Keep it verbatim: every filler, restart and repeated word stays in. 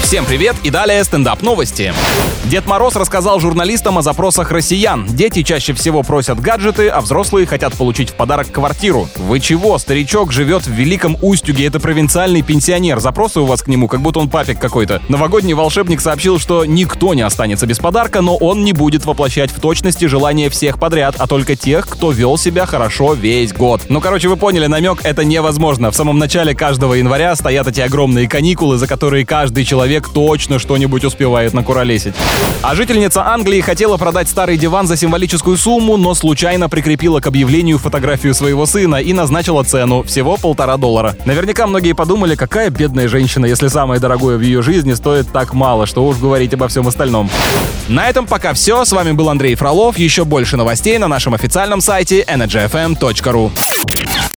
Всем привет и далее стендап-новости. Дед Мороз рассказал журналистам о запросах россиян. Дети чаще всего просят гаджеты, а взрослые хотят получить в подарок квартиру. Вы чего? Старичок живет в Великом Устюге, это провинциальный пенсионер. Запросы у вас к нему, как будто он папик какой-то. Новогодний волшебник сообщил, что никто не останется без подарка, но он не будет воплощать в точности желания всех подряд, а только тех, кто вел себя хорошо весь год. Ну, короче, вы поняли намек, это невозможно. В самом начале каждого января стоят эти огромные каникулы, за которые каждый человек точно что-нибудь успевает накуролесить. А жительница Англии хотела продать старый диван за символическую сумму, но случайно прикрепила к объявлению фотографию своего сына и назначила цену всего полтора доллара. Наверняка многие подумали, какая бедная женщина, если самое дорогое в ее жизни стоит так мало, что уж говорить обо всем остальном. На этом пока все. С вами был Андрей Фролов. Еще больше новостей на нашем официальном сайте энерджи эф эм точка ру.